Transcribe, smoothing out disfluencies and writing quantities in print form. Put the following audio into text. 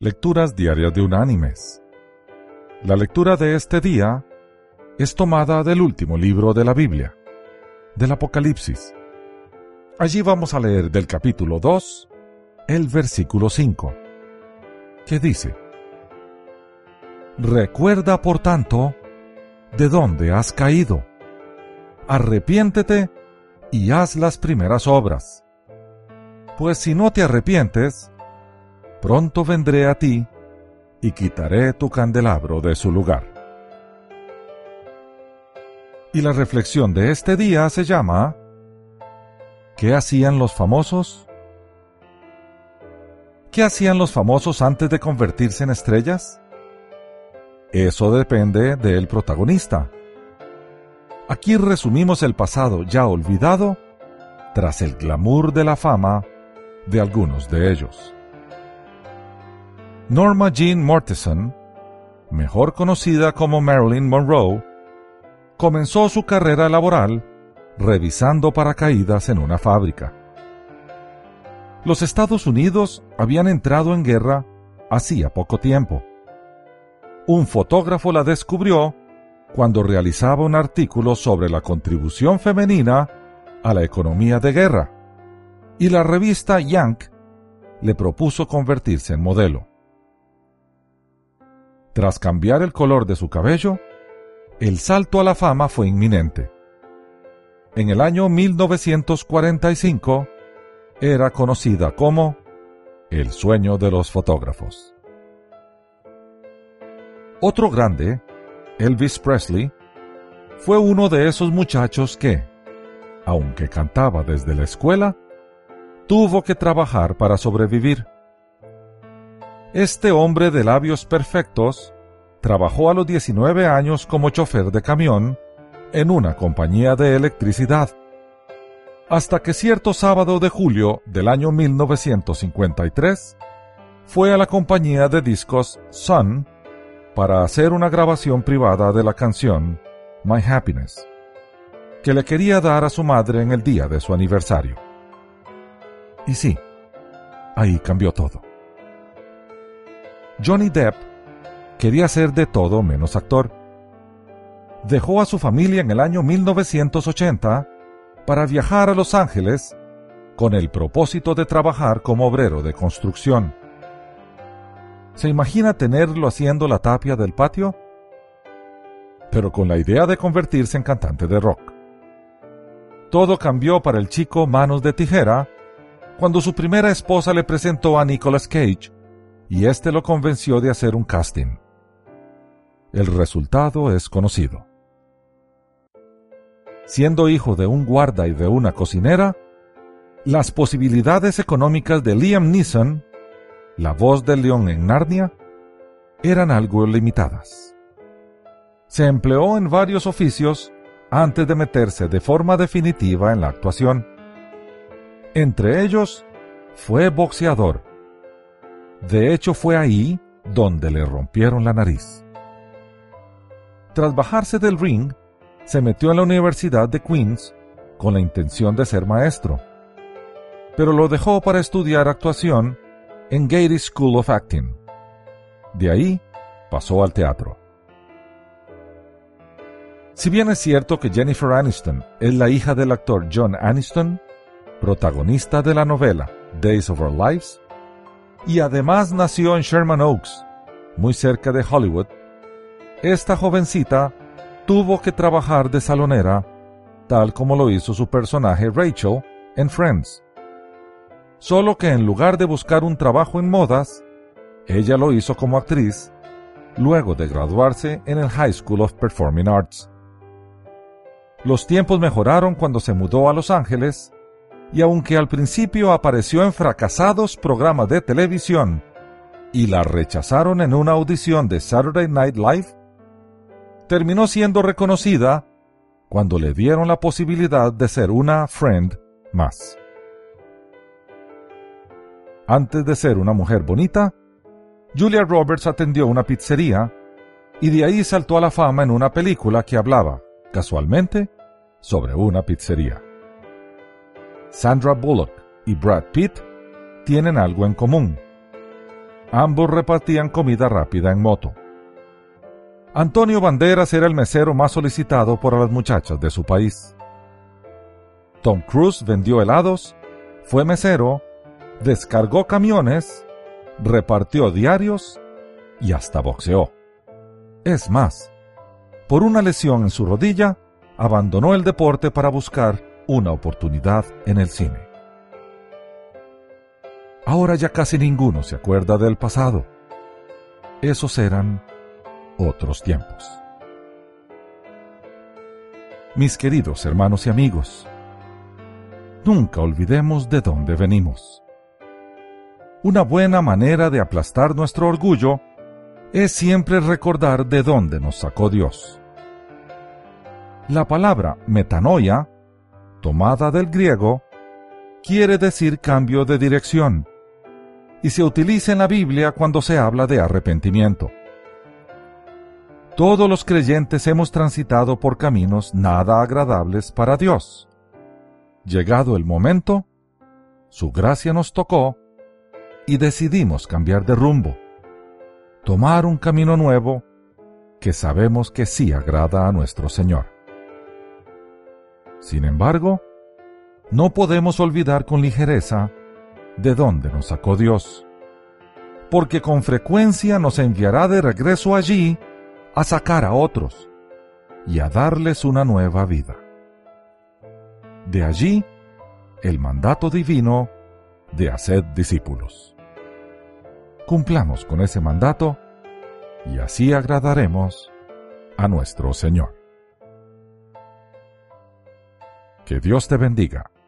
Lecturas diarias de Unánimes. La lectura de este día es tomada del último libro de la Biblia, del Apocalipsis. Allí vamos a leer del capítulo 2, el versículo 5, que dice: Recuerda, por tanto, de dónde has caído. Arrepiéntete y haz las primeras obras. Pues si no te arrepientes, pronto vendré a ti y quitaré tu candelabro de su lugar. Y la reflexión de este día se llama ¿Qué hacían los famosos? ¿Qué hacían los famosos antes de convertirse en estrellas? Eso depende del protagonista. Aquí resumimos el pasado ya olvidado tras el glamour de la fama de algunos de ellos. Norma Jean Mortensen, mejor conocida como Marilyn Monroe, comenzó su carrera laboral revisando paracaídas en una fábrica. Los Estados Unidos habían entrado en guerra hacía poco tiempo. Un fotógrafo la descubrió cuando realizaba un artículo sobre la contribución femenina a la economía de guerra, y la revista Yank le propuso convertirse en modelo. Tras cambiar el color de su cabello, el salto a la fama fue inminente. En el año 1945, era conocida como el sueño de los fotógrafos. Otro grande, Elvis Presley, fue uno de esos muchachos que, aunque cantaba desde la escuela, tuvo que trabajar para sobrevivir. Este hombre de labios perfectos trabajó a los 19 años como chofer de camión en una compañía de electricidad, hasta que cierto sábado de julio del año 1953 fue a la compañía de discos Sun para hacer una grabación privada de la canción My Happiness, que le quería dar a su madre en el día de su aniversario. Y sí, ahí cambió todo. Johnny Depp quería ser de todo menos actor. Dejó a su familia en el año 1980 para viajar a Los Ángeles con el propósito de trabajar como obrero de construcción. ¿Se imagina tenerlo haciendo la tapia del patio? Pero con la idea de convertirse en cantante de rock. Todo cambió para el chico manos de tijera cuando su primera esposa le presentó a Nicolas Cage y éste lo convenció de hacer un casting. El resultado es conocido. Siendo hijo de un guarda y de una cocinera, las posibilidades económicas de Liam Neeson, la voz del león en Narnia, eran algo limitadas. Se empleó en varios oficios antes de meterse de forma definitiva en la actuación. Entre ellos, fue boxeador. De hecho, fue ahí donde le rompieron la nariz. Tras bajarse del ring, se metió en la Universidad de Queens con la intención de ser maestro, pero lo dejó para estudiar actuación en Getty School of Acting. De ahí pasó al teatro. Si bien es cierto que Jennifer Aniston es la hija del actor John Aniston, protagonista de la novela Days of Our Lives, y además nació en Sherman Oaks, muy cerca de Hollywood, esta jovencita tuvo que trabajar de salonera, tal como lo hizo su personaje Rachel en Friends. Solo que en lugar de buscar un trabajo en modas, ella lo hizo como actriz, luego de graduarse en el High School of Performing Arts. Los tiempos mejoraron cuando se mudó a Los Ángeles, y aunque al principio apareció en fracasados programas de televisión y la rechazaron en una audición de Saturday Night Live, terminó siendo reconocida cuando le dieron la posibilidad de ser una friend más. Antes de ser una mujer bonita, Julia Roberts atendió una pizzería y de ahí saltó a la fama en una película que hablaba, casualmente, sobre una pizzería. Sandra Bullock y Brad Pitt tienen algo en común. Ambos repartían comida rápida en moto. Antonio Banderas era el mesero más solicitado por las muchachas de su país. Tom Cruise vendió helados, fue mesero, descargó camiones, repartió diarios y hasta boxeó. Es más, por una lesión en su rodilla, abandonó el deporte para buscar una oportunidad en el cine. Ahora ya casi ninguno se acuerda del pasado. Esos eran otros tiempos. Mis queridos hermanos y amigos, nunca olvidemos de dónde venimos. Una buena manera de aplastar nuestro orgullo es siempre recordar de dónde nos sacó Dios. La palabra metanoia, tomada del griego, quiere decir cambio de dirección y se utiliza en la Biblia cuando se habla de arrepentimiento. Todos los creyentes hemos transitado por caminos nada agradables para Dios. Llegado el momento, su gracia nos tocó y decidimos cambiar de rumbo, tomar un camino nuevo que sabemos que sí agrada a nuestro Señor. Sin embargo, no podemos olvidar con ligereza de dónde nos sacó Dios, porque con frecuencia nos enviará de regreso allí a sacar a otros y a darles una nueva vida. De allí, el mandato divino de haced discípulos. Cumplamos con ese mandato y así agradaremos a nuestro Señor. Que Dios te bendiga.